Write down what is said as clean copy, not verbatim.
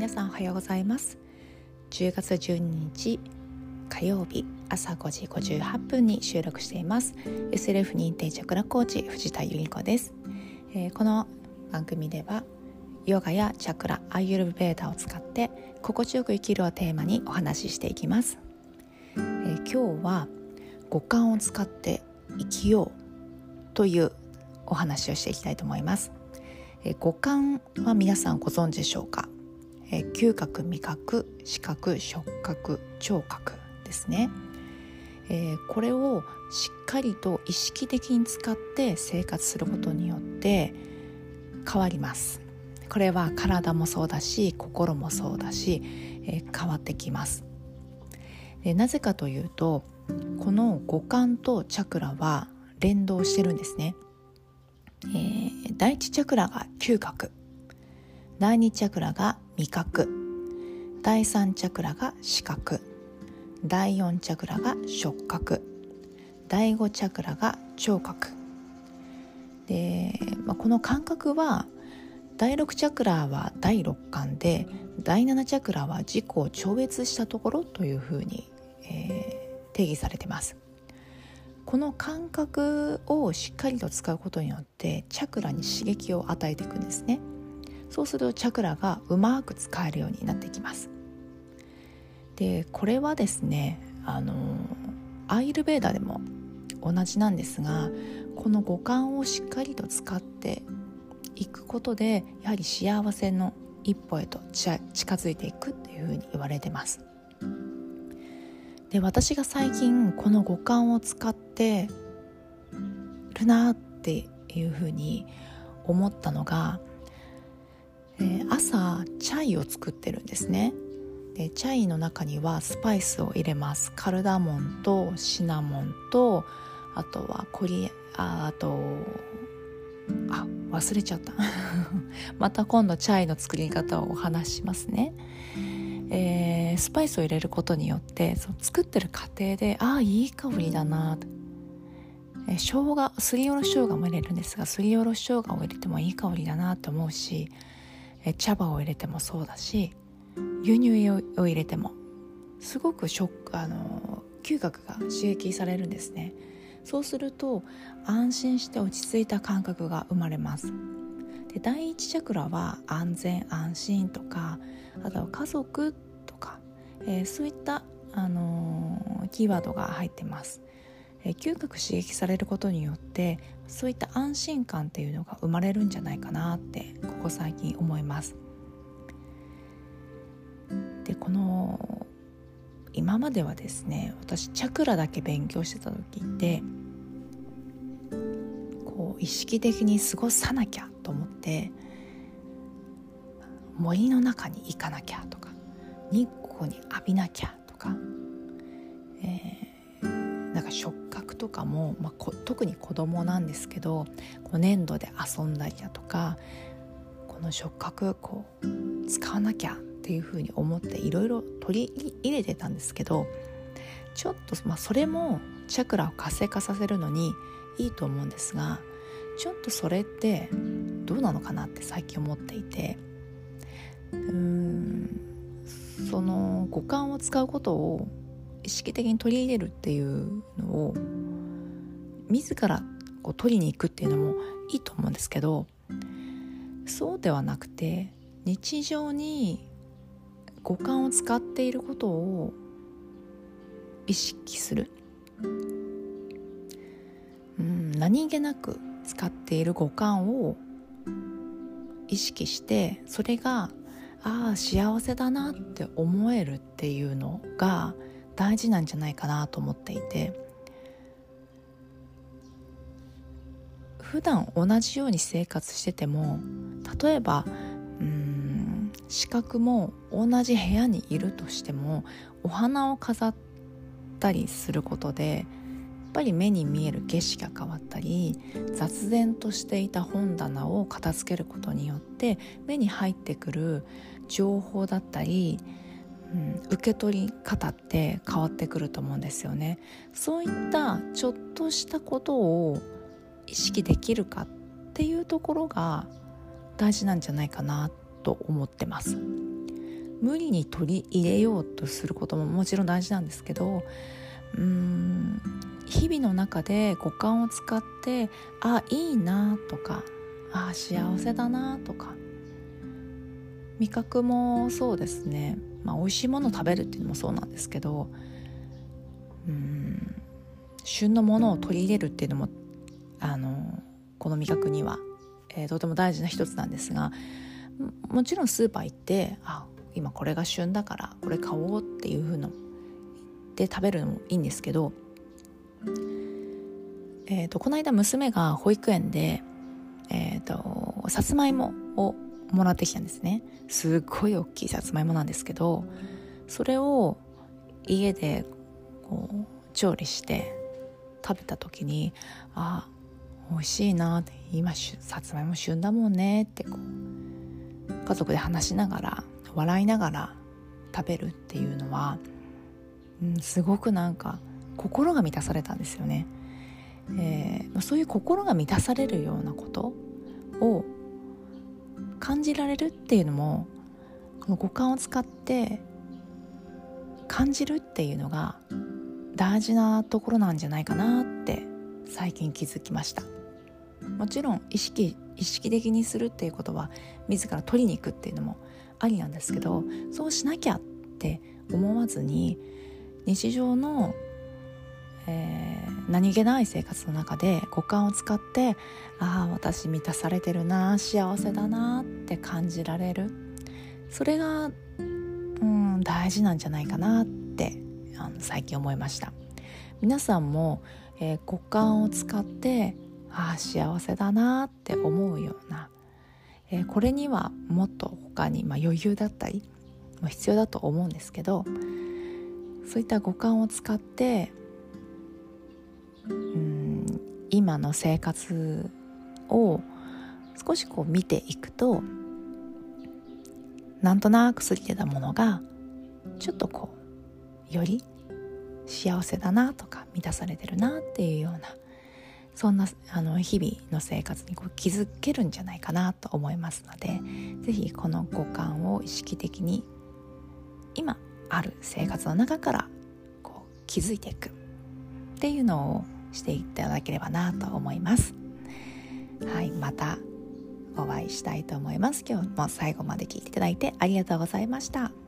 皆さんおはようございます。10月12日火曜日朝5時58分に収録しています。 SLF 認定チャクラコーチ藤田由里子です。この番組ではヨガやチャクラ、アーユルヴェーダを使って心地よく生きるをテーマにお話ししていきます。今日は五感を使って生きようというお話をしていきたいと思います。五感は皆さんご存知でしょうか。嗅覚、味覚、視覚、触覚、聴覚ですね。これをしっかりと意識的に使って生活することによって変わります。これは体もそうだし心もそうだし、変わってきます。なぜかというと、この五感とチャクラは連動してるんですね。第一チャクラが嗅覚、第二チャクラが味覚、第三チャクラが視覚、第四チャクラが触覚、第五チャクラが聴覚で、この感覚は第6チャクラは第六感で、第7チャクラは自己を超越したところというふうに、定義されています。この感覚をしっかりと使うことによってチャクラに刺激を与えていくんですね。そうするとチャクラがうまく使えるようになってきます。で、これはですね、アーユルヴェーダでも同じなんですが、この五感をしっかりと使っていくことでやはり幸せの一歩へと近づいていくというふうに言われてます。で、私が最近この五感を使ってるなっていうふうに思ったのが、朝チャイを作ってるんですね。で、チャイの中にはスパイスを入れます。カルダモンとシナモンと、あとは忘れちゃったまた今度チャイの作り方をお話ししますね。スパイスを入れることによって作ってる過程でいい香りだなと、生姜、すりおろし生姜も入れるんですが、すりおろし生姜を入れてもいい香りだなと思うし、茶葉を入れてもそうだし、牛乳を入れてもすごく嗅覚が刺激されるんですね。そうすると安心して落ち着いた感覚が生まれます。で、第一チャクラは安全安心とか、あとは家族とか、そういったキーワードが入ってます。嗅覚刺激されることによってそういった安心感っていうのが生まれるんじゃないかなってここ最近思います。で、今まではですね、私チャクラだけ勉強してた時って意識的に過ごさなきゃと思って森の中に行かなきゃとか、日光に浴びなきゃとか、なんか触覚とかも、特に子供なんですけど、粘土で遊んだりだとか、この触覚使わなきゃっていうふうに思っていろいろ取り入れてたんですけど、ちょっとそれもチャクラを活性化させるのにいいと思うんですが、ちょっとそれってどうなのかなって最近思っていて、その五感を使うことを意識的に取り入れるっていうのを自ら取りに行くっていうのもいいと思うんですけど、そうではなくて日常に五感を使っていることを意識する、何気なく使っている五感を意識して、それが幸せだなって思えるっていうのが大事なんじゃないかなと思っていて、普段同じように生活してても、例えば視覚も同じ部屋にいるとしても、お花を飾ったりすることでやっぱり目に見える景色が変わったり、雑然としていた本棚を片付けることによって目に入ってくる情報だったり、受け取り方って変わってくると思うんですよね。そういったちょっとしたことを意識できるかっていうところが大事なんじゃないかなと思ってます。 無理に取り入れようとすることももちろん大事なんですけど、日々の中で五感を使っていいなとか幸せだなとか、味覚もそうですね、美味しいものを食べるっていうのもそうなんですけど、旬のものを取り入れるっていうのもこの味覚には、とても大事な一つなんですが、もちろんスーパー行って今これが旬だからこれ買おうっていう風ので食べるのもいいんですけど、この間娘が保育園で、さつまいもをもらってきたんですね。すっごい大きいさつまいもなんですけど、それを家でこう調理して食べた時に美味しいなって、今さつまいも旬だもんねって家族で話しながら笑いながら食べるっていうのは、すごく心が満たされたんですよね。そういう心が満たされるようなことを感じられるっていうのも、この五感を使って感じるっていうのが大事なところなんじゃないかなって最近気づきました。もちろん意識的にするっていうことは自ら取りに行くっていうのもありなんですけど、そうしなきゃって思わずに日常の、何気ない生活の中で五感を使って私満たされてるな、幸せだなって感じられる、それが、大事なんじゃないかなって最近思いました。皆さんも、五感を使って幸せだなって思うような、これにはもっと他に、余裕だったりも必要だと思うんですけど、そういった五感を使って今の生活を少し見ていくと、なんとなく過ぎてたものがちょっとより幸せだなとか満たされてるなっていうような、そんな日々の生活に気づけるんじゃないかなと思いますので、ぜひこの五感を意識的に今ある生活の中から気づいていくっていうのをしていただければなと思います。またお会いしたいと思います。今日も最後まで聞いていただいてありがとうございました。